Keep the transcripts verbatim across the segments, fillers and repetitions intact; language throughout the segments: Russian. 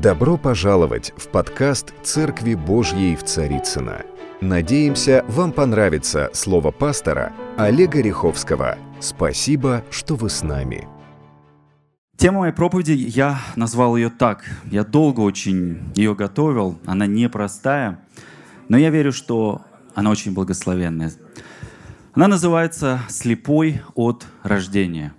Добро пожаловать в подкаст «Церкви Божьей в Царицыно». Надеемся, вам понравится слово пастора Олега Риховского. Спасибо, что вы с нами. Тема моей проповеди, я назвал ее так. Я долго очень ее готовил, она непростая, но я верю, что она очень благословенная. Она называется «Слепой от рождения».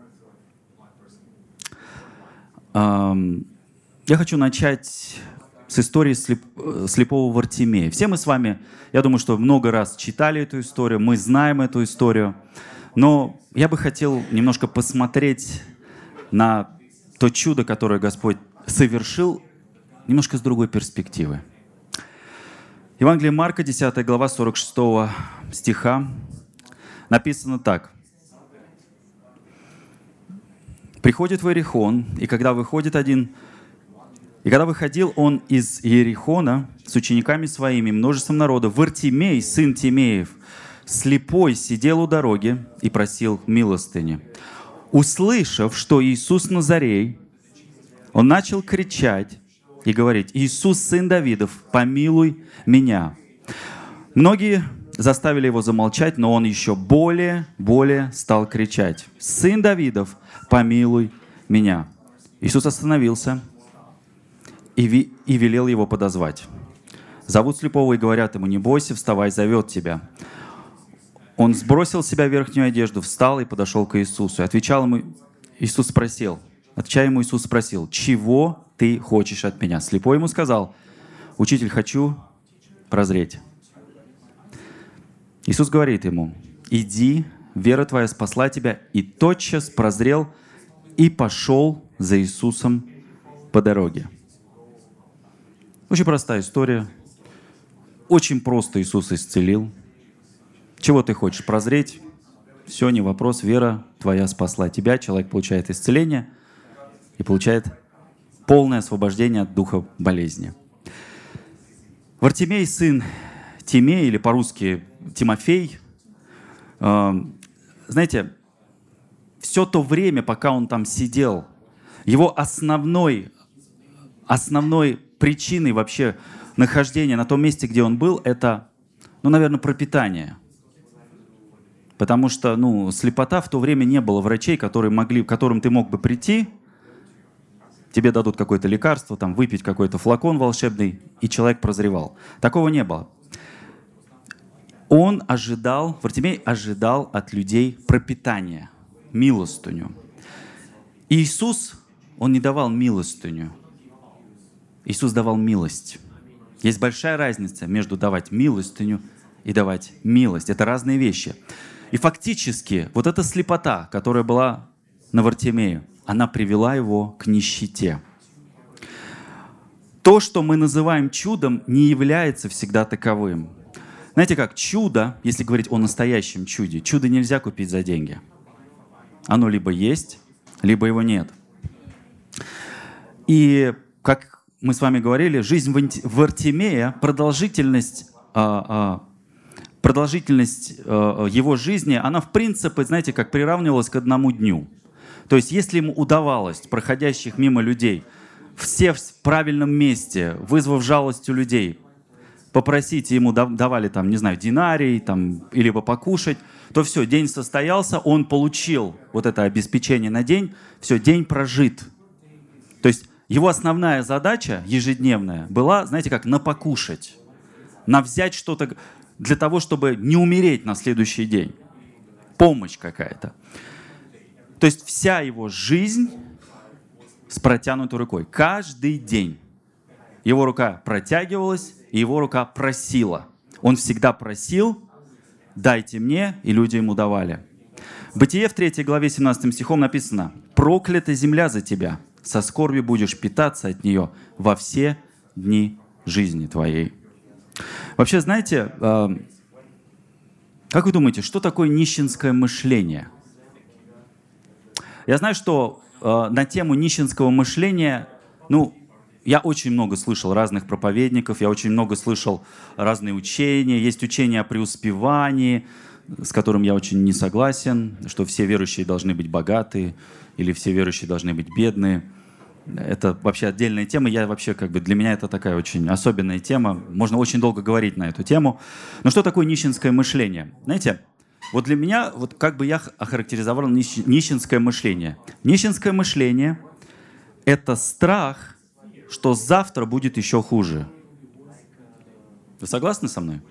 Я хочу начать с истории слеп... слепого Вартимея. Все мы с вами, я думаю, что много раз читали эту историю, мы знаем эту историю, но я бы хотел немножко посмотреть на то чудо, которое Господь совершил, немножко с другой перспективы. Евангелие Марка, десятая глава, сорок шестого стиха, написано так. «Приходит в Иерихон, и когда выходит один, и когда выходил он из Иерихона с учениками своими, множеством народа, Вартимей, сын Тимеев, слепой, сидел у дороги и просил милостыни. Услышав, что Иисус Назарей, он начал кричать и говорить: „Иисус, сын Давидов, помилуй меня“. Многие заставили его замолчать, но он еще более, более стал кричать: „Сын Давидов, помилуй меня“. Иисус остановился и, ви, и велел его подозвать. Зовут слепого и говорят ему: „Не бойся, вставай, зовет тебя“. Он сбросил с себя верхнюю одежду, встал и подошел к Иисусу. И отвечал ему, Иисус спросил, отвечая ему, Иисус спросил: „Чего ты хочешь от меня?“ Слепой ему сказал: „Учитель, хочу прозреть“. Иисус говорит ему: „Иди, вера твоя спасла тебя“, и тотчас прозрел и пошел за Иисусом по дороге. Очень простая история. Очень просто Иисус исцелил. Чего ты хочешь? Прозреть? Все, не вопрос. Вера твоя спасла тебя. Человек получает исцеление и получает полное освобождение от духа болезни. Вартимей, сын Тимея, или по-русски Тимофей, э, знаете, все то время, пока он там сидел, его основной, основной причиной вообще нахождения на том месте, где он был, это, ну, наверное, пропитание. Потому что, ну, слепота, в то время не было врачей, которые могли, к которым ты мог бы прийти, тебе дадут какое-то лекарство, там, выпить какой-то флакон волшебный, и человек прозревал. Такого не было. Он ожидал, Вартимей ожидал от людей пропитания, милостыню. И Иисус, Он не давал милостыню. Иисус давал милость. Есть большая разница между давать милостыню и давать милость. Это разные вещи. И фактически вот эта слепота, которая была на Вартимее, она привела его к нищете. То, что мы называем чудом, не является всегда таковым. Знаете как, чудо, если говорить о настоящем чуде, чудо нельзя купить за деньги. Оно либо есть, либо его нет. И, как мы с вами говорили, жизнь Вартимея, продолжительность, продолжительность его жизни, она в принципе, знаете, как приравнивалась к одному дню. То есть, если ему удавалось проходящих мимо людей, все в правильном месте, вызвав жалость у людей, попросить, ему давали, там, не знаю, динарий, там, или покушать, то все, день состоялся, он получил вот это обеспечение на день, все, день прожит. То есть его основная задача ежедневная была, знаете как, напокушать, на взять что-то для того, чтобы не умереть на следующий день. Помощь какая-то. То есть вся его жизнь с протянутой рукой. Каждый день его рука протягивалась, и его рука просила. Он всегда просил: «Дайте мне», и люди ему давали. В Бытие в третьей главе семнадцатым стихом написано: «Проклята земля за тебя, со скорбью будешь питаться от нее во все дни жизни твоей». Вообще, знаете, как вы думаете, что такое нищенское мышление? Я знаю, что на тему нищенского мышления, ну, я очень много слышал разных проповедников, я очень много слышал разные учения. Есть учение о преуспевании, с которым я очень не согласен, что все верующие должны быть богатые или все верующие должны быть бедные. Это вообще отдельная тема. Я вообще, как бы, для меня это такая очень особенная тема. Можно очень долго говорить на эту тему. Но что такое нищенское мышление? Знаете, вот для меня, вот как бы я охарактеризовал нищ- нищенское мышление. Нищенское мышление — это страх, что завтра будет еще хуже. Вы согласны со мной?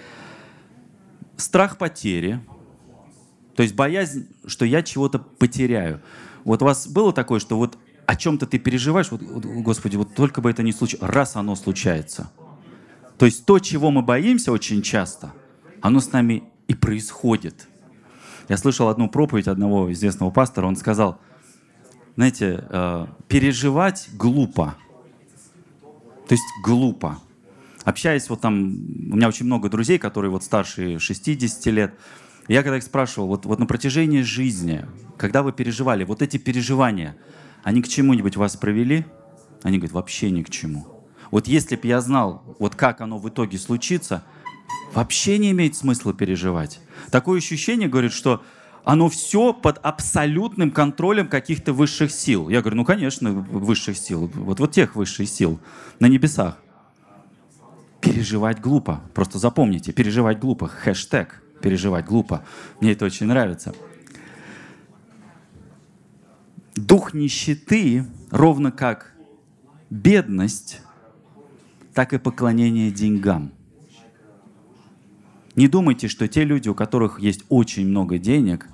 Страх потери, то есть боязнь, что я чего-то потеряю. Вот у вас было такое, что вот о чем-то ты переживаешь, вот, вот, Господи, вот только бы это не случилось, раз оно случается. То есть то, чего мы боимся очень часто, оно с нами и происходит. Я слышал одну проповедь одного известного пастора, он сказал, знаете, э, переживать глупо. То есть глупо. Общаясь вот там, у меня очень много друзей, которые вот старше шестидесяти лет, я когда их спрашивал, вот, вот на протяжении жизни, когда вы переживали, вот эти переживания, они к чему-нибудь вас привели? Они говорят, вообще ни к чему. Вот если бы я знал, вот как оно в итоге случится, вообще не имеет смысла переживать. Такое ощущение, говорит, что оно все под абсолютным контролем каких-то высших сил. Я говорю, ну, конечно, высших сил. Вот, вот тех высших сил на небесах. Переживать глупо. Просто запомните, переживать глупо. Хэштег переживать глупо. Мне это очень нравится. Дух нищеты, ровно как бедность, так и поклонение деньгам. Не думайте, что те люди, у которых есть очень много денег,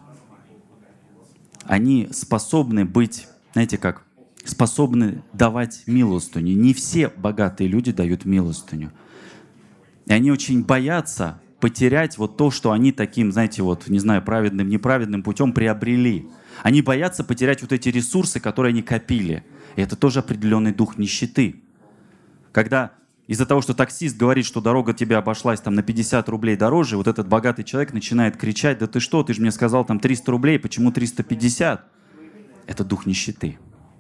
они способны быть, знаете как, способны давать милостыню. Не все богатые люди дают милостыню. И они очень боятся потерять вот то, что они таким, знаете, вот, не знаю, праведным, неправедным путем приобрели. Они боятся потерять вот эти ресурсы, которые они копили. И это тоже определенный дух нищеты. Когда из-за того, что таксист говорит, что дорога тебе обошлась там на пятьдесят рублей дороже, вот этот богатый человек начинает кричать, да ты что, ты же мне сказал там триста рублей, почему триста пятьдесят? Это дух нищеты.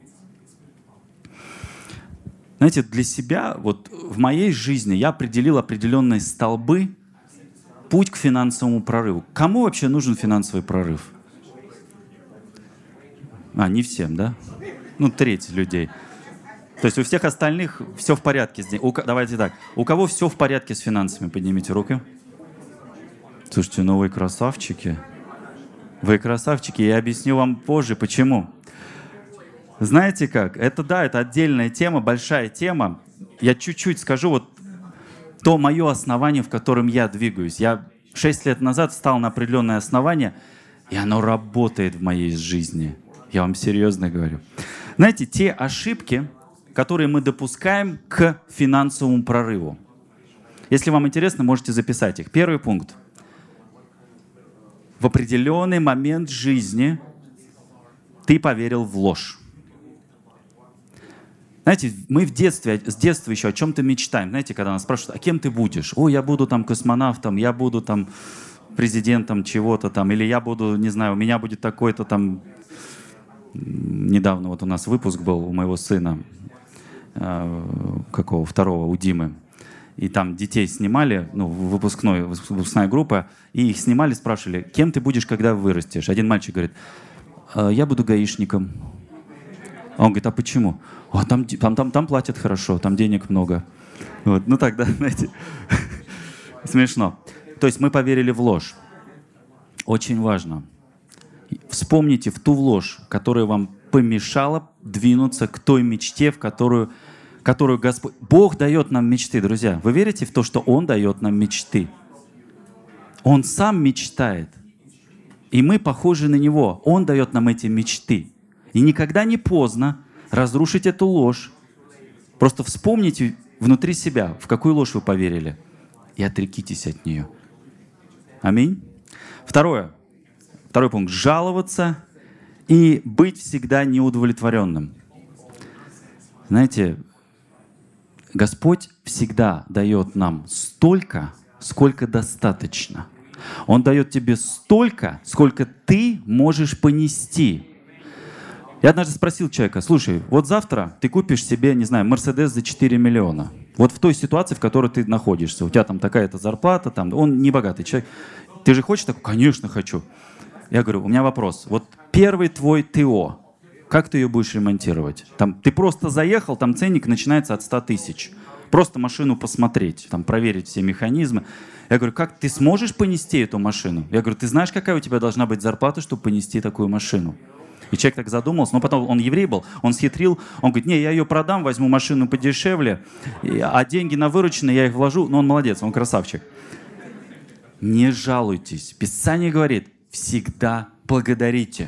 Знаете, для себя, вот в моей жизни я определил определенные столбы, путь к финансовому прорыву. Кому вообще нужен финансовый прорыв? А, не всем, да? Ну, треть людей. То есть у всех остальных все в порядке. У, давайте так. У кого все в порядке с финансами? Поднимите руки. Слушайте, ну вы красавчики. Вы красавчики. Я объясню вам позже, почему. Знаете как? Это да, это отдельная тема, большая тема. Я чуть-чуть скажу вот то мое основание, в котором я двигаюсь. Я шесть лет назад встал на определенное основание, и оно работает в моей жизни. Я вам серьезно говорю. Знаете, те ошибки, которые мы допускаем к финансовому прорыву. Если вам интересно, можете записать их. Первый пункт. В определенный момент жизни ты поверил в ложь. Знаете, мы в детстве, с детства еще о чем-то мечтаем. Знаете, когда нас спрашивают, а кем ты будешь? О, я буду там космонавтом, я буду там президентом чего-то там, или я буду, не знаю, у меня будет такой-то там... Недавно вот у нас выпуск был у моего сына, э, какого, второго, у Димы. И там детей снимали, ну, выпускной, выпускная группа, и их снимали, спрашивали, кем ты будешь, когда вырастешь? Один мальчик говорит, я буду гаишником. А он говорит, а почему? А там, там, там, там платят хорошо, там денег много. Вот. Ну тогда, знаете, смешно. То есть мы поверили в ложь. Очень важно. Вспомните в ту ложь, которая вам помешала двинуться к той мечте, в которую, которую Господь... Бог дает нам мечты, друзья. Вы верите в то, что Он дает нам мечты? Он сам мечтает. И мы похожи на Него. Он дает нам эти мечты. И никогда не поздно разрушить эту ложь. Просто вспомните внутри себя, в какую ложь вы поверили, и отрекитесь от нее. Аминь. Второе. Второй пункт. Жаловаться и быть всегда неудовлетворенным. Знаете, Господь всегда дает нам столько, сколько достаточно. Он дает тебе столько, сколько ты можешь понести. Я однажды спросил человека, слушай, вот завтра ты купишь себе, не знаю, Мерседес за четыре миллиона. Вот в той ситуации, в которой ты находишься. У тебя там такая-то зарплата, там, он не богатый человек. Ты же хочешь такое? Конечно, хочу. Я говорю, у меня вопрос. Вот первый твой ТО, Как ты ее будешь ремонтировать? Там, ты просто заехал, там ценник начинается от ста тысяч. Просто машину посмотреть, там, проверить все механизмы. Я говорю, как ты сможешь понести эту машину? Я говорю, ты знаешь, какая у тебя должна быть зарплата, чтобы понести такую машину? И человек так задумался, но потом он еврей был, он схитрил, он говорит, не, я ее продам, возьму машину подешевле, а деньги на вырученные я их вложу. Но он молодец, он красавчик. Не жалуйтесь. Писание говорит, всегда благодарите.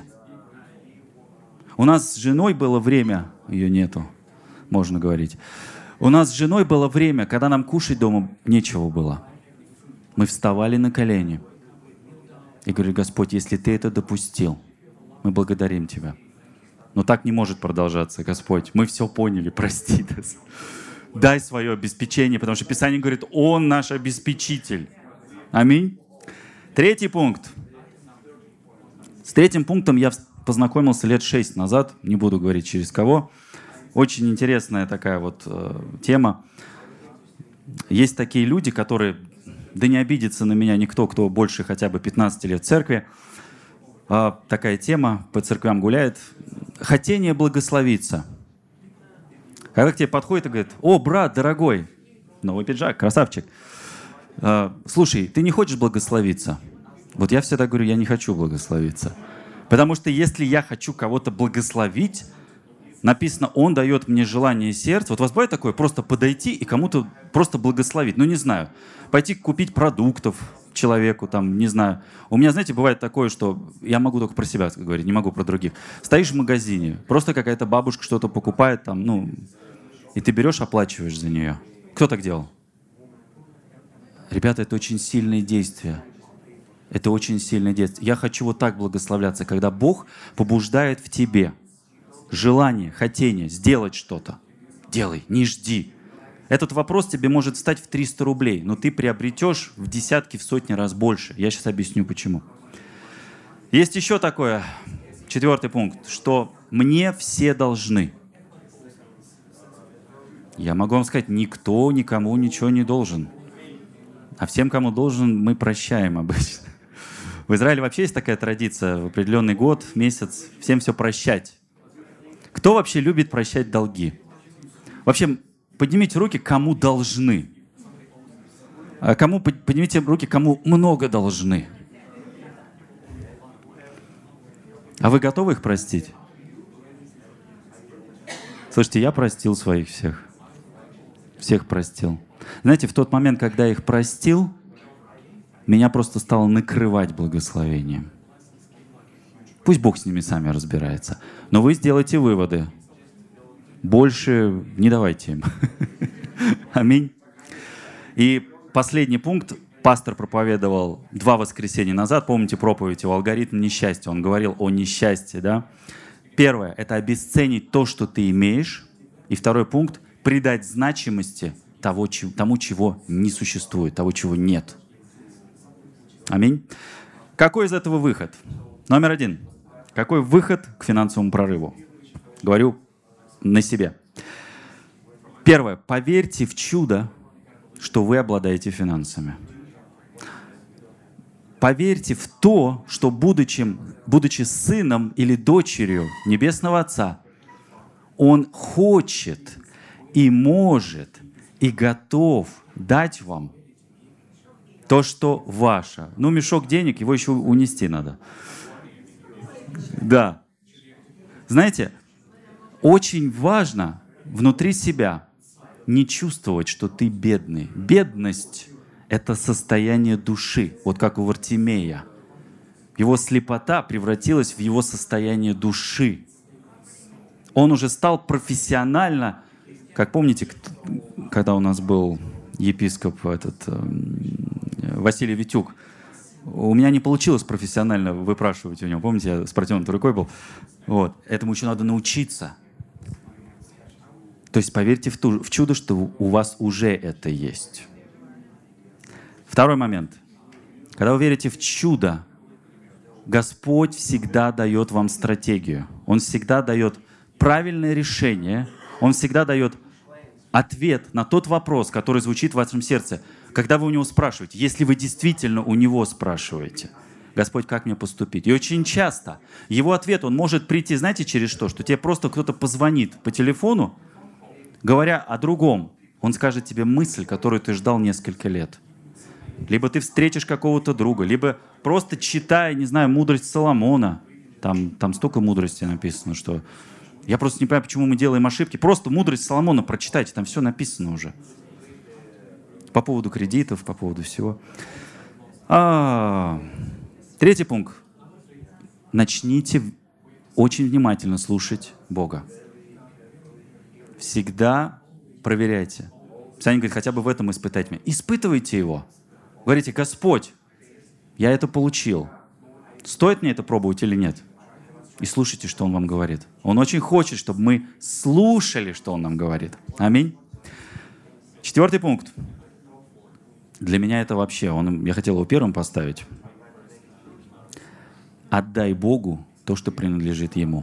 У нас с женой было время, ее нету, можно говорить. У нас с женой было время, когда нам кушать дома нечего было. Мы вставали на колени и говорили, Господь, если Ты это допустил, мы благодарим Тебя. Но так не может продолжаться, Господь. Мы все поняли, прости нас. Дай свое обеспечение, потому что Писание говорит, Он наш обеспечитель. Аминь. Третий пункт. С третьим пунктом я познакомился лет шесть назад, не буду говорить через кого. Очень интересная такая вот э, тема. Есть такие люди, которые, да не обидится на меня никто, кто больше хотя бы пятнадцати лет в церкви, э, такая тема, по церквям гуляет. Хотение благословиться. Когда к тебе подходит и говорит, о, брат, дорогой, новый пиджак, красавчик, э, слушай, ты не хочешь благословиться? Вот я всегда говорю, я не хочу благословиться. Потому что если я хочу кого-то благословить, написано, Он дает мне желание сердца. Вот у вас бывает такое, просто подойти и кому-то просто благословить? Ну, не знаю. Пойти купить продуктов человеку, там, не знаю. У меня, знаете, бывает такое, что я могу только про себя говорить, не могу про других. Стоишь в магазине, просто какая-то бабушка что-то покупает, там, ну, и ты берешь, оплачиваешь за нее. Кто так делал? Ребята, это очень сильные действия. Это очень сильное действие. Я хочу вот так благословляться, когда Бог побуждает в тебе желание, хотение сделать что-то. Делай, не жди. Этот вопрос тебе может стать в триста рублей, но ты приобретешь в десятки, в сотни раз больше. Я сейчас объясню, почему. Есть еще такое, четвертый пункт, что мне все должны. Я могу вам сказать, никто никому ничего не должен. А всем, кому должен, мы прощаем обычно. В Израиле вообще есть такая традиция, в определенный год, месяц, всем все прощать. Кто вообще любит прощать долги? Вообще, поднимите руки, кому должны. А кому, поднимите руки, кому много должны. А вы готовы их простить? Слушайте, я простил своих всех. Всех простил. Знаете, в тот момент, когда я их простил, меня просто стало накрывать благословением. Пусть Бог с ними сами разбирается. Но вы сделайте выводы. Больше не давайте им. Аминь. И последний пункт. Пастор проповедовал два воскресенья назад. Помните проповедь его «Алгоритм несчастья». Он говорил о несчастье. Да? Первое — это обесценить то, что ты имеешь. И второй пункт — придать значимости того, тому, чего не существует, того, чего нет. Аминь. Какой из этого выход? Номер один. Какой выход к финансовому прорыву? Говорю на себе. Первое. Поверьте в чудо, что вы обладаете финансами. Поверьте в то, что будучи, будучи сыном или дочерью Небесного Отца, Он хочет и может и готов дать вам то, что ваше. Ну, мешок денег, его еще унести надо. Да. Знаете, очень важно внутри себя не чувствовать, что ты бедный. Бедность — это состояние души, вот как у Вартимея. Его слепота превратилась в его состояние души. Он уже стал профессионально, как помните, когда у нас был епископ этот, Василий Витюк, у меня не получилось профессионально выпрашивать у него. Помните, я с протянутой рукой был? Вот. Этому еще надо научиться. То есть поверьте в, ту, в чудо, что у вас уже это есть. Второй момент. Когда вы верите в чудо, Господь всегда дает вам стратегию. Он всегда дает правильное решение. Он всегда дает ответ на тот вопрос, который звучит в вашем сердце. Когда вы у него спрашиваете, если вы действительно у него спрашиваете, Господь, как мне поступить? И очень часто его ответ, он может прийти, знаете, через что? Что тебе просто кто-то позвонит по телефону, говоря о другом. Он скажет тебе мысль, которую ты ждал несколько лет. Либо ты встретишь какого-то друга, либо просто читая, не знаю, мудрость Соломона. Там, там столько мудрости написано, что... Я просто не понимаю, почему мы делаем ошибки. Просто мудрость Соломона прочитайте, там все написано уже. По поводу кредитов, по поводу всего. А, третий пункт. Начните очень внимательно слушать Бога. Всегда проверяйте. Писание говорит, хотя бы в этом испытайте меня. Испытывайте Его. Говорите, Господь, я это получил. Стоит мне это пробовать или нет? И слушайте, что Он вам говорит. Он очень хочет, чтобы мы слушали, что Он нам говорит. Аминь. Четвертый пункт. Для меня это вообще, он, я хотел его первым поставить. Отдай Богу то, что принадлежит Ему.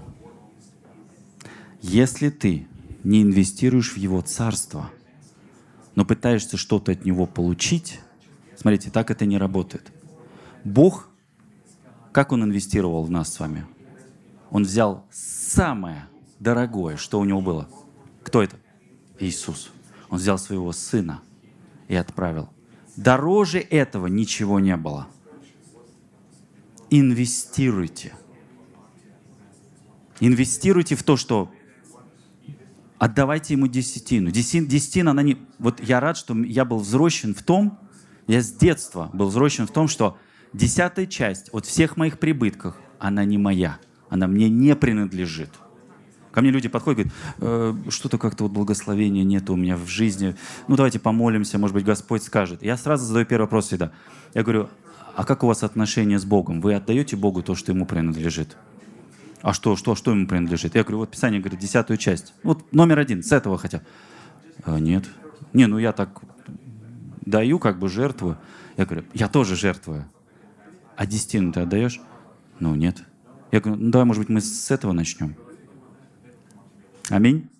Если ты не инвестируешь в Его Царство, но пытаешься что-то от Него получить, смотрите, так это не работает. Бог, как Он инвестировал в нас с вами? Он взял самое дорогое, что у Него было. Кто это? Иисус. Он взял своего Сына и отправил. Дороже этого ничего не было. Инвестируйте. Инвестируйте в то, что отдавайте Ему десятину. Десятина, она не... Вот я рад, что я был взросшен в том, я с детства был взросшен в том, что десятая часть от всех моих прибытков, она не моя. Она мне не принадлежит. Ко мне люди подходят и говорят, э, что-то как-то вот благословения нет у меня в жизни. Ну, давайте помолимся, может быть, Господь скажет. Я сразу задаю первый вопрос всегда. Я говорю, а как у вас отношения с Богом? Вы отдаете Богу то, что Ему принадлежит? А что, что, что Ему принадлежит? Я говорю, вот Писание говорит, десятую часть. Вот номер один, с этого хотя. А, нет. Не, ну я так даю, как бы жертвую. Я говорю, я тоже жертвую. А десятину ты отдаешь? Ну, нет. Я говорю, ну давай, может быть, мы с этого начнем. Аминь.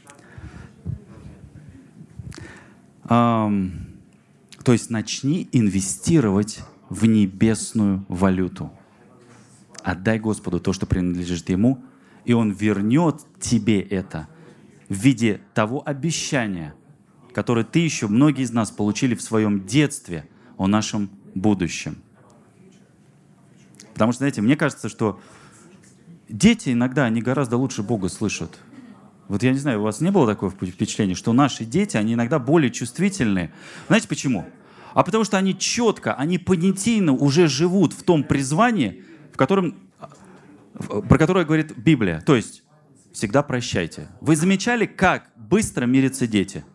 Um, то есть начни инвестировать в небесную валюту. Отдай Господу то, что принадлежит Ему, и Он вернет тебе это в виде того обещания, которое ты еще, многие из нас получили в своем детстве о нашем будущем. Потому что, знаете, мне кажется, что дети иногда, они гораздо лучше Бога слышат. Вот я не знаю, у вас не было такого впечатления, что наши дети, они иногда более чувствительные. Знаете почему? А потому что они четко, они понятийно уже живут в том призвании, в котором, про которое говорит Библия. То есть, всегда прощайте. Вы замечали, как быстро мирятся дети?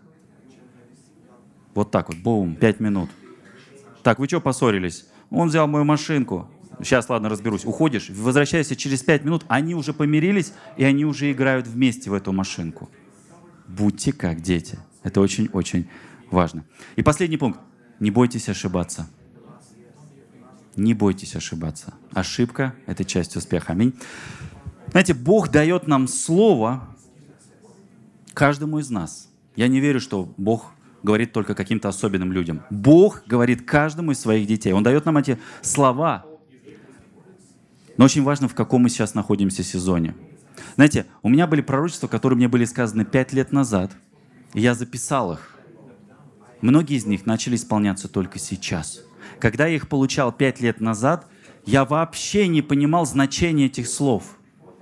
Вот так вот, бум, пять минут. Так, вы что поссорились? Он взял мою машинку. Сейчас, ладно, разберусь. Уходишь, возвращаешься через пять минут, они уже помирились, и они уже играют вместе в эту машинку. Будьте как дети. Это очень-очень важно. И последний пункт. Не бойтесь ошибаться. Не бойтесь ошибаться. Ошибка — это часть успеха. Аминь. Знаете, Бог дает нам слово каждому из нас. Я не верю, что Бог говорит только каким-то особенным людям. Бог говорит каждому из своих детей. Он дает нам эти слова. Но очень важно, в каком мы сейчас находимся сезоне. Знаете, у меня были пророчества, которые мне были сказаны пять лет назад, и я записал их. Многие из них начали исполняться только сейчас. Когда я их получал пять лет назад, я вообще не понимал значения этих слов.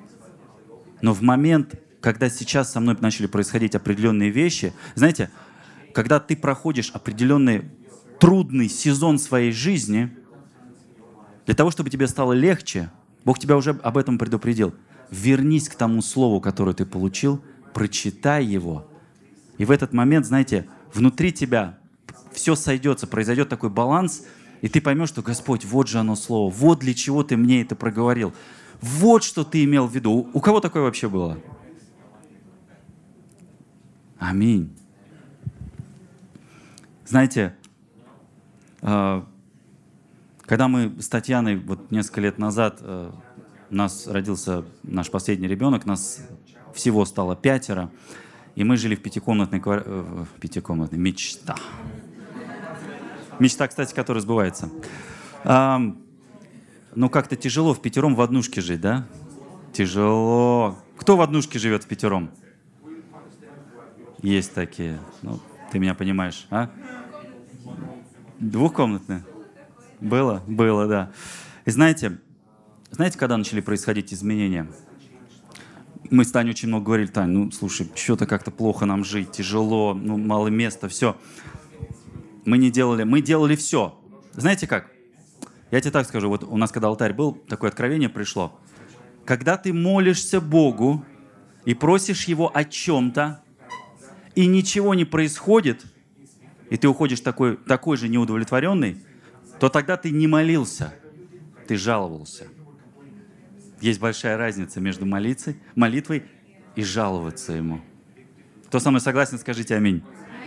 Но в момент, когда сейчас со мной начали происходить определенные вещи, знаете, когда ты проходишь определенный трудный сезон своей жизни, для того, чтобы тебе стало легче, Бог тебя уже об этом предупредил. Вернись к тому слову, которое ты получил, прочитай его. И в этот момент, знаете, внутри тебя все сойдется, произойдет такой баланс, и ты поймешь, что, Господь, вот же оно слово, вот для чего ты мне это проговорил, вот что ты имел в виду. У кого такое вообще было? Аминь. Знаете, когда мы с Татьяной вот несколько лет назад, э, у нас родился наш последний ребенок, нас всего стало пятеро, и мы жили в пятикомнатной квартире, э, пятикомнатной, мечта. Мечта, кстати, которая сбывается. Э, ну как-то тяжело в пятером в однушке жить, да? Тяжело. Кто в однушке живет в пятером? Есть такие. Ну, ты меня понимаешь, а? Двухкомнатные? Было? Было, да. И знаете, знаете, когда начали происходить изменения? Мы с Таней очень много говорили: Тань, ну, слушай, что-то как-то плохо нам жить, тяжело, ну, мало места, все. Мы не делали, мы делали все. Знаете как? Я тебе так скажу, вот у нас, когда алтарь был, такое откровение пришло. Когда ты молишься Богу и просишь Его о чем-то, и ничего не происходит, и ты уходишь такой, такой же неудовлетворенный, то тогда ты не молился, ты жаловался. Есть большая разница между молиться, молитвой и жаловаться Ему. Кто со мной согласен, скажите аминь.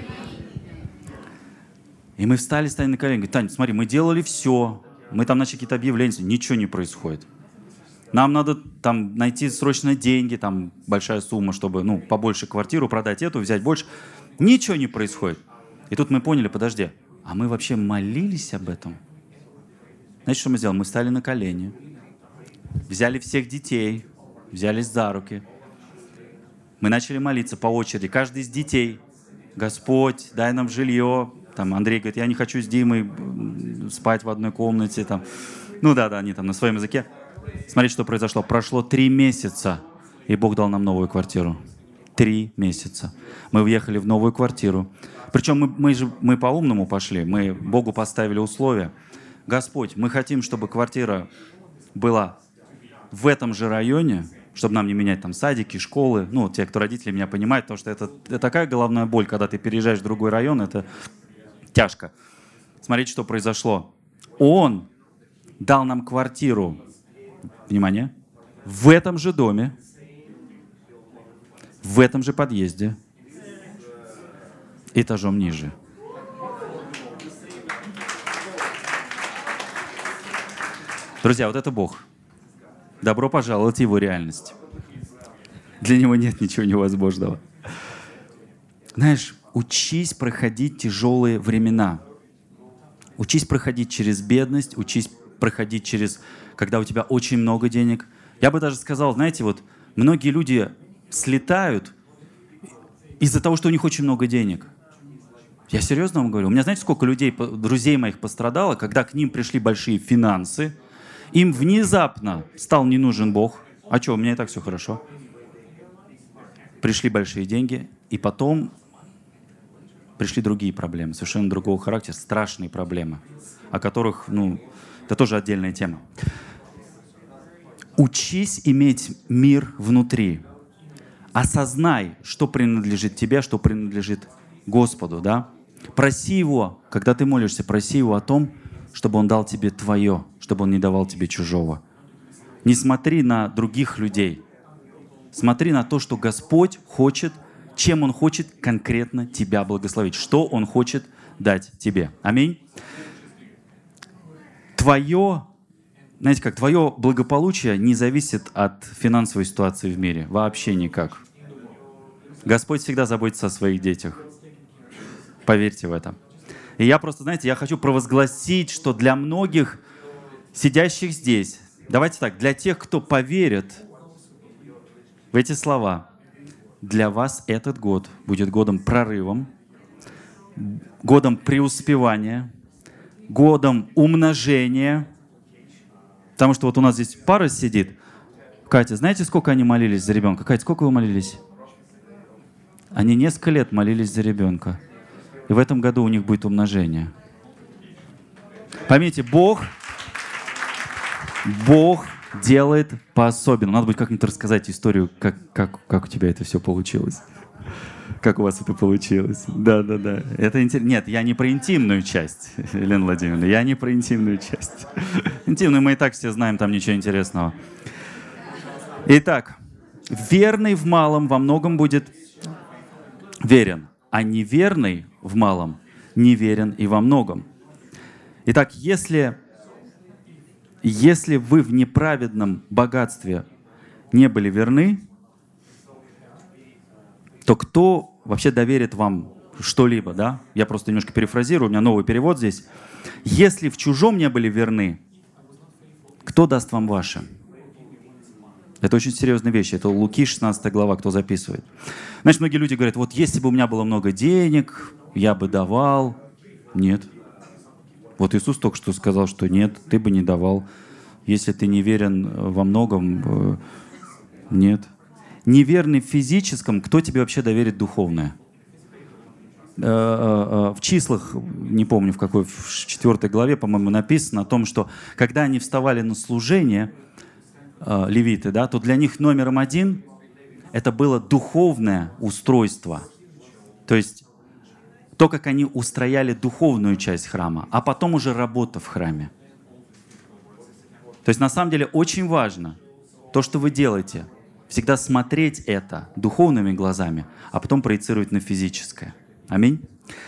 И мы встали, стали на колени. Говорит: Тань, смотри, мы делали все. Мы там начали какие-то объявления. Ничего не происходит. Нам надо там найти срочно деньги, там большая сумма, чтобы, ну, побольше квартиру продать, эту, взять больше. Ничего не происходит. И тут мы поняли: подожди, а мы вообще молились об этом? Знаете, что мы сделали? Мы стали на колени, взяли всех детей, взялись за руки. Мы начали молиться по очереди. Каждый из детей: Господь, дай нам жилье. Там Андрей говорит: я не хочу с Димой спать в одной комнате. Там. Ну да, да, они там на своем языке. Смотрите, что произошло. Прошло три месяца, и Бог дал нам новую квартиру. Три месяца. Мы въехали в новую квартиру. Причем мы, мы же мы по-умному пошли. Мы Богу поставили условия. Господь, мы хотим, чтобы квартира была в этом же районе, чтобы нам не менять там садики, школы. Ну, те, кто родители меня понимают, потому что это, это такая головная боль, когда ты переезжаешь в другой район, это тяжко. Смотрите, что произошло. Он дал нам квартиру, внимание, в этом же доме, в этом же подъезде, этажом ниже. Друзья, вот это Бог. Добро пожаловать в Его реальность. Для Него нет ничего невозможного. Знаешь, учись проходить тяжелые времена. Учись проходить через бедность, учись проходить через, когда у тебя очень много денег. Я бы даже сказал, знаете, вот многие люди слетают из-за того, что у них очень много денег. Я серьезно вам говорю. У меня, знаете, сколько людей, друзей моих пострадало, когда к ним пришли большие финансы, им внезапно стал не нужен Бог. А что, у меня и так все хорошо. Пришли большие деньги, и потом пришли другие проблемы, совершенно другого характера, страшные проблемы, о которых, ну, это тоже отдельная тема. Учись иметь мир внутри. Осознай, что принадлежит тебе, что принадлежит Господу, да? Проси Его, когда ты молишься, проси Его о том, чтобы Он дал тебе твое, чтобы Он не давал тебе чужого. Не смотри на других людей. Смотри на то, что Господь хочет, чем Он хочет конкретно тебя благословить, что Он хочет дать тебе. Аминь. Твое, знаете как, твое благополучие не зависит от финансовой ситуации в мире. Вообще никак. Господь всегда заботится о своих детях. Поверьте в это. И я просто, знаете, я хочу провозгласить, что для многих сидящих здесь, давайте так, для тех, кто поверит в эти слова, для вас этот год будет годом прорывом, годом преуспевания, годом умножения. Потому что вот у нас здесь пара сидит. Катя, знаете, сколько они молились за ребенка? Катя, сколько вы молились? Они несколько лет молились за ребенка. И в этом году у них будет умножение. Поймите, Бог, Бог делает по-особенному. Надо будет как-нибудь рассказать историю, как, как, как у тебя это все получилось. Как у вас это получилось. Да-да-да. Это интер... Нет, я не про интимную часть, Елена Владимировна. Я не про интимную часть. Интимную мы и так все знаем, там ничего интересного. Итак, верный в малом во многом будет верен, а неверный в малом неверен и во многом. Итак, если, если вы в неправедном богатстве не были верны, то кто вообще доверит вам что-либо, да? Я просто немножко перефразирую, у меня новый перевод здесь. Если в чужом не были верны, кто даст вам ваше? Это очень серьезная вещь. Это Луки, шестнадцатая глава, кто записывает. Знаешь, многие люди говорят, вот если бы у меня было много денег, я бы давал. Нет. Вот Иисус только что сказал, что нет, ты бы не давал. Если ты не верен во многом, нет. Неверный в физическом, кто тебе вообще доверит духовное? В числах, не помню в какой, в четвертой главе, по-моему, написано о том, что когда они вставали на служение, левиты, да, то для них номером один это было духовное устройство. То есть то, как они устрояли духовную часть храма, а потом уже работа в храме. То есть на самом деле очень важно то, что вы делаете, всегда смотреть это духовными глазами, а потом проецировать на физическое. Аминь.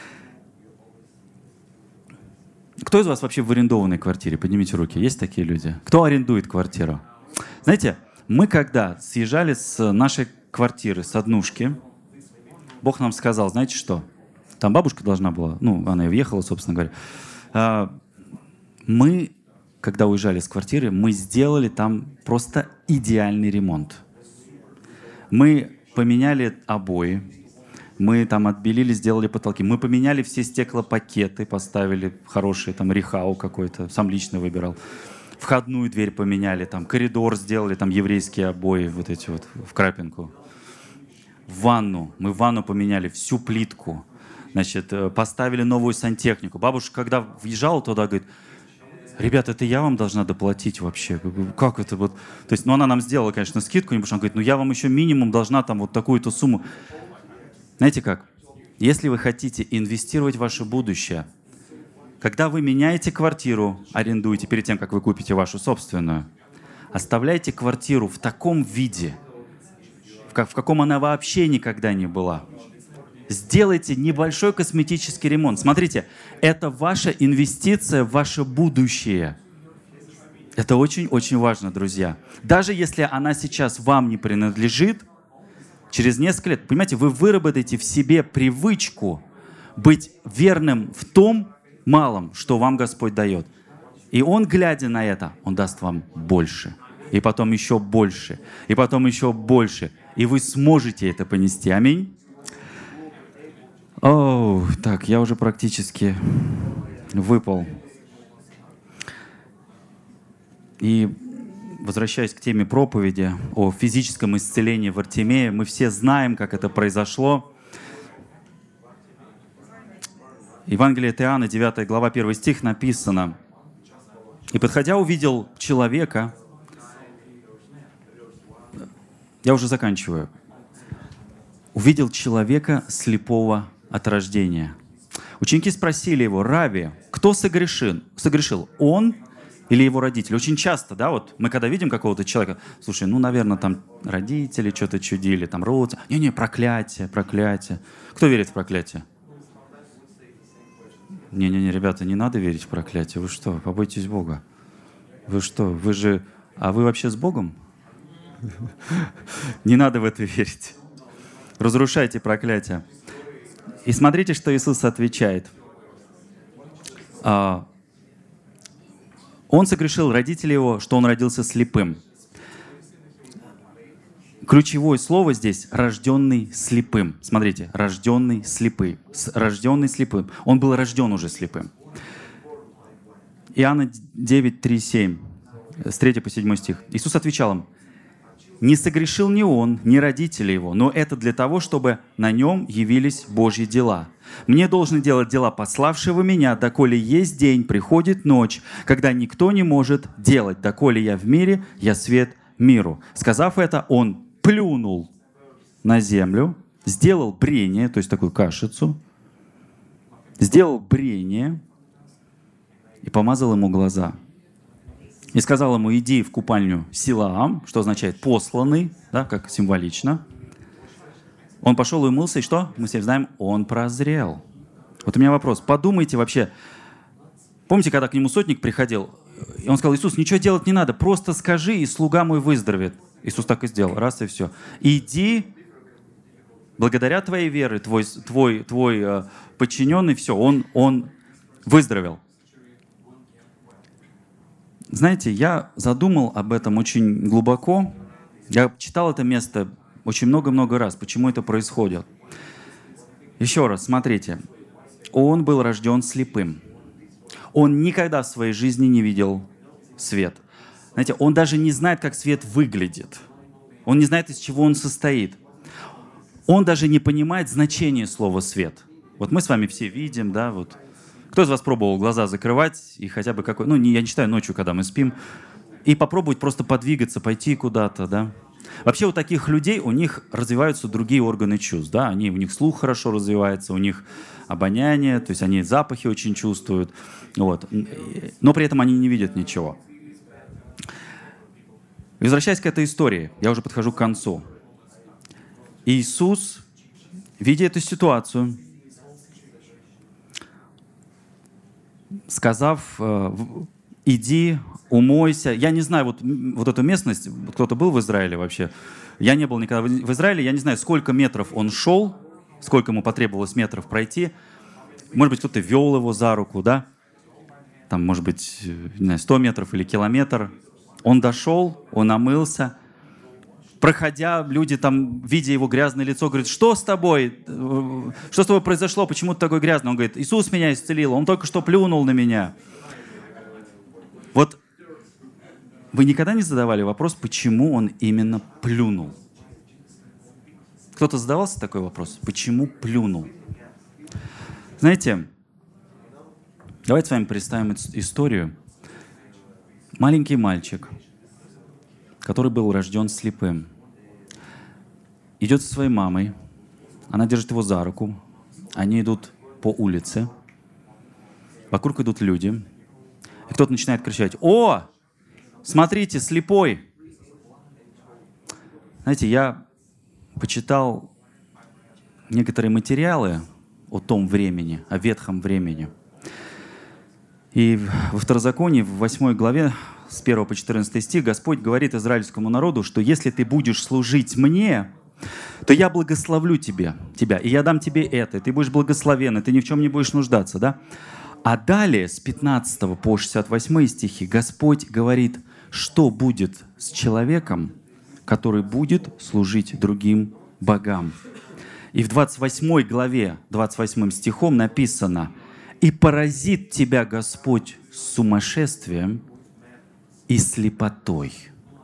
Кто из вас вообще в арендованной квартире? Поднимите руки. Есть такие люди? Кто арендует квартиру? Знаете, мы когда съезжали с нашей квартиры, с однушки, Бог нам сказал, знаете что? Там бабушка должна была, ну, она и въехала, собственно говоря. Мы, когда уезжали с квартиры, мы сделали там просто идеальный ремонт. Мы поменяли обои, мы там отбелили, сделали потолки. Мы поменяли все стеклопакеты, поставили хороший, там, рехау какой-то, сам лично выбирал. Входную дверь поменяли, там, коридор сделали, там, еврейские обои, вот эти вот, в крапинку. Ванну. Мы ванну поменяли, всю плитку. Значит, поставили новую сантехнику. Бабушка, когда въезжала туда, говорит, ребята, это я вам должна доплатить вообще? Как это вот? То есть, ну, она нам сделала, конечно, скидку, потому что она говорит, ну, я вам еще минимум должна там вот такую-то сумму. Знаете как? Если вы хотите инвестировать в ваше будущее, когда вы меняете квартиру, арендуете перед тем, как вы купите вашу собственную, оставляйте квартиру в таком виде, в, как, в каком она вообще никогда не была. Сделайте небольшой косметический ремонт. Смотрите, это ваша инвестиция в ваше будущее. Это очень-очень важно, друзья. Даже если она сейчас вам не принадлежит, через несколько лет, понимаете, вы выработаете в себе привычку быть верным в том малом, что вам Господь дает. И Он, глядя на это, Он даст вам больше. И потом еще больше. И потом еще больше. И вы сможете это понести. Аминь. О, так, я уже практически выпал. И возвращаясь к теме проповеди о физическом исцелении в Артемее, мы все знаем, как это произошло. Евангелие от Иоанна, девятая глава, первый стих написано. «И, подходя, увидел человека...» Я уже заканчиваю. «Увидел человека слепого от рождения». Ученики спросили его, «Рави, кто согрешил? Согрешил, он или его родители?» Очень часто, да, вот мы когда видим какого-то человека, слушай, ну, наверное, там родители что-то чудили, там родственники. Не-не, проклятие, проклятие. Кто верит в проклятие? Не-не-не, ребята, не надо верить в проклятие. Вы что, побойтесь Бога. Вы что, вы же... А вы вообще с Богом? Не надо в это верить. Разрушайте проклятие. И смотрите, что Иисус отвечает. Он согрешил, родители его, что он родился слепым. Ключевое слово здесь — рожденный слепым. Смотрите, рожденный слепый. Рожденный слепым. Он был рожден уже слепым. Иоанна девять, три, семь. С третьего по седьмой стих. Иисус отвечал им, «Не согрешил ни он, ни родители его, но это для того, чтобы на нем явились Божьи дела. Мне должны делать дела пославшего меня, доколе есть день, приходит ночь, когда никто не может делать. Доколе я в мире, я свет миру». Сказав это, он плюнул на землю, сделал брение, то есть такую кашицу, сделал брение и помазал ему глаза. И сказал ему, иди в купальню Силаам, что означает посланный, да, как символично. Он пошел и умылся, и что? Мы все знаем, он прозрел. Вот у меня вопрос. Подумайте вообще, помните, когда к нему сотник приходил, и он сказал, Иисус, ничего делать не надо, просто скажи, и слуга мой выздоровеет. Иисус так и сделал, раз и все. Иди, благодаря твоей вере, твой, твой, твой э, подчиненный, все, он, он выздоровел. Знаете, я задумал об этом очень глубоко. Я читал это место очень много-много раз. Почему это происходит? Еще раз, смотрите. Он был рожден слепым. Он никогда в своей жизни не видел свет. Знаете, он даже не знает, как свет выглядит. Он не знает, из чего он состоит. Он даже не понимает значение слова «свет». Вот мы с вами все видим, да, вот. Кто из вас пробовал глаза закрывать и хотя бы какой... Ну, не, я не считаю ночью, когда мы спим, и попробовать просто подвигаться, пойти куда-то, да. Вообще у таких людей, у них развиваются другие органы чувств, да, они, у них слух хорошо развивается, у них обоняние, то есть они запахи очень чувствуют, вот. Но при этом они не видят ничего. Возвращаясь к этой истории, я уже подхожу к концу. Иисус, видя эту ситуацию, сказав, иди, умойся. Я не знаю, вот, вот эту местность, кто-то был в Израиле вообще? Я не был никогда в Израиле, я не знаю, сколько метров он шел, сколько ему потребовалось метров пройти. Может быть, кто-то вел его за руку, да? Там, может быть, не знаю, сто метров или километр. Он дошел, он омылся. Проходя, люди там, видя его грязное лицо, говорят: что с тобой? Что с тобой произошло? Почему ты такой грязный? Он говорит: Иисус меня исцелил, он только что плюнул на меня. Вот вы никогда не задавали вопрос, почему он именно плюнул? Кто-то задавался такой вопрос? Почему плюнул? Знаете, давайте с вами представим историю. Маленький мальчик, который был рожден слепым, идет со своей мамой, она держит его за руку, они идут по улице, вокруг идут люди, и кто-то начинает кричать: «О, смотрите, слепой!» Знаете, я почитал некоторые материалы о том времени, о ветхом времени. И во Второзаконии, в восьмой главе, с первого по четырнадцатый стих, Господь говорит израильскому народу, что если ты будешь служить мне, то я благословлю тебе, тебя, и я дам тебе это, и ты будешь благословен, и ты ни в чем не будешь нуждаться, да? А далее, с пятнадцатого по шестьдесят восьмой стихи, Господь говорит, что будет с человеком, который будет служить другим богам. И в двадцать восьмой главе, двадцать восьмым стихом написано: «И поразит тебя Господь сумасшествием и слепотой».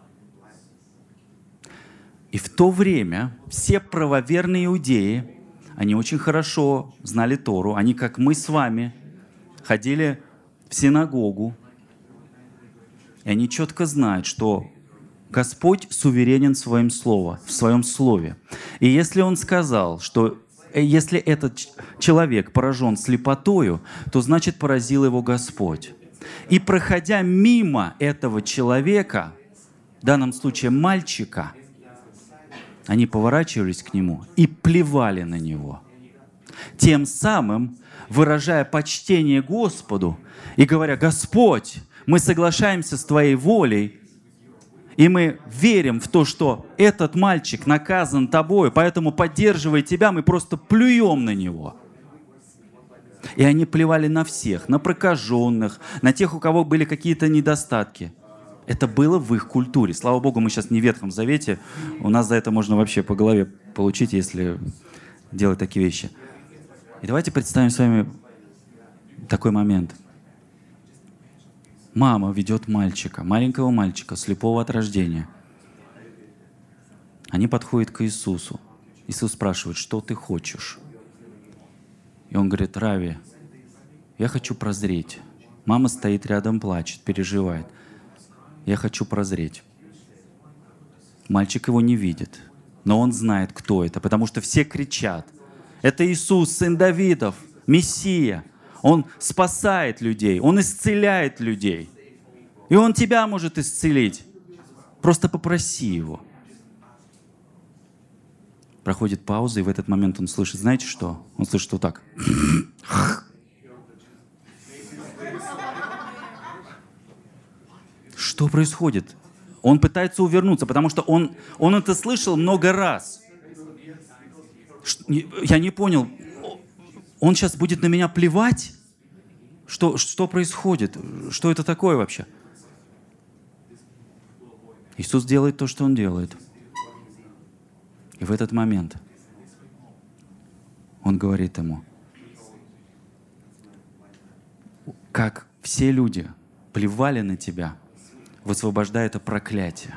И в то время все правоверные иудеи, они очень хорошо знали Тору, они, как мы с вами, ходили в синагогу, и они четко знают, что Господь суверенен в своем слове, в своем слове. И если Он сказал, что если этот человек поражен слепотою, то значит поразил его Господь. И проходя мимо этого человека, в данном случае мальчика, они поворачивались к нему и плевали на него, тем самым выражая почтение Господу и говоря: «Господь, мы соглашаемся с Твоей волей, и мы верим в то, что этот мальчик наказан Тобою, поэтому, поддерживая Тебя, мы просто плюем на него». И они плевали на всех, на прокаженных, на тех, у кого были какие-то недостатки. Это было в их культуре. Слава Богу, мы сейчас не в Ветхом Завете. У нас за это можно вообще по голове получить, если делать такие вещи. И давайте представим с вами такой момент. Мама ведет мальчика, маленького мальчика, слепого от рождения. Они подходят к Иисусу. Иисус спрашивает: что ты хочешь? И он говорит: Рави, я хочу прозреть. Мама стоит рядом, плачет, переживает. Я хочу прозреть. Мальчик его не видит, но он знает, кто это, потому что все кричат: это Иисус, сын Давидов, Мессия. Он спасает людей, Он исцеляет людей. И Он тебя может исцелить. Просто попроси Его. Проходит пауза, и в этот момент он слышит, знаете что? Он слышит вот так. Что происходит? Он пытается увернуться, потому что он, он это слышал много раз. Я не понял. Он сейчас будет на меня плевать? Что, что происходит? Что это такое вообще? Иисус делает то, что Он делает. И в этот момент Он говорит ему, как все люди плевали на тебя, высвобождая это проклятие.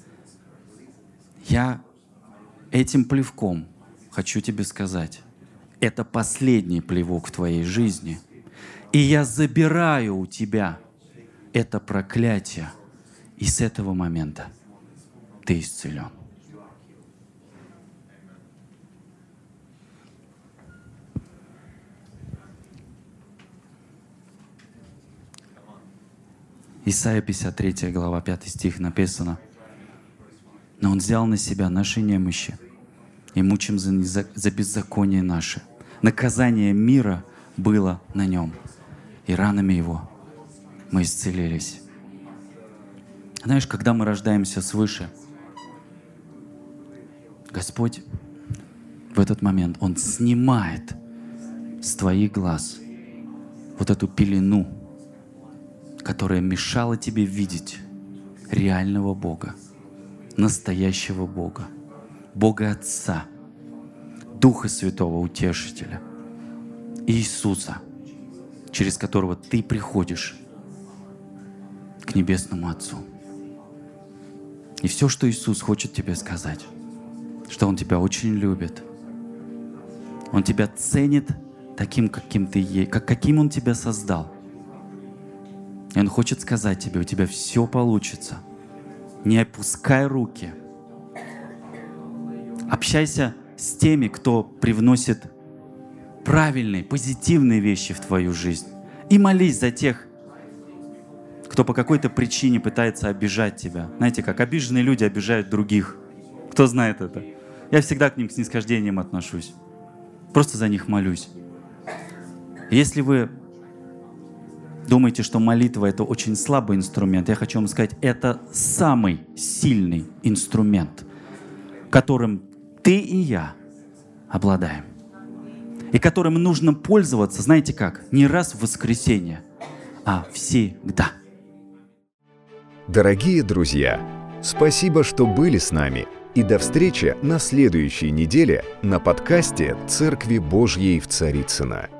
Я этим плевком хочу тебе сказать, это последний плевок в твоей жизни. И я забираю у тебя это проклятие. И с этого момента ты исцелен. Исайя пятьдесят третья глава, пятый стих написано: «Но Он взял на себя наши немощи и мучим за, неза... за беззаконие наше. Наказание мира было на Нем, и ранами Его мы исцелились». Знаешь, когда мы рождаемся свыше, Господь в этот момент, Он снимает с твоих глаз вот эту пелену, которая мешала тебе видеть реального Бога, настоящего Бога, Бога Отца, Духа Святого, Утешителя, Иисуса, через которого ты приходишь к Небесному Отцу. И все, что Иисус хочет тебе сказать, что Он тебя очень любит. Он тебя ценит таким, каким ты есть, как, каким Он тебя создал. И Он хочет сказать тебе, у тебя все получится. Не опускай руки. Общайся с теми, кто привносит правильные, позитивные вещи в твою жизнь. И молись за тех, кто по какой-то причине пытается обижать тебя. Знаете, как обиженные люди обижают других. Кто знает это? Я всегда к ним с снисхождением отношусь. Просто за них молюсь. Если вы думаете, что молитва — это очень слабый инструмент, я хочу вам сказать, это самый сильный инструмент, которым ты и я обладаем. И которым нужно пользоваться, знаете как, не раз в воскресенье, а всегда. Дорогие друзья, спасибо, что были с нами. И до встречи на следующей неделе на подкасте «Церкви Божьей в Царицыно».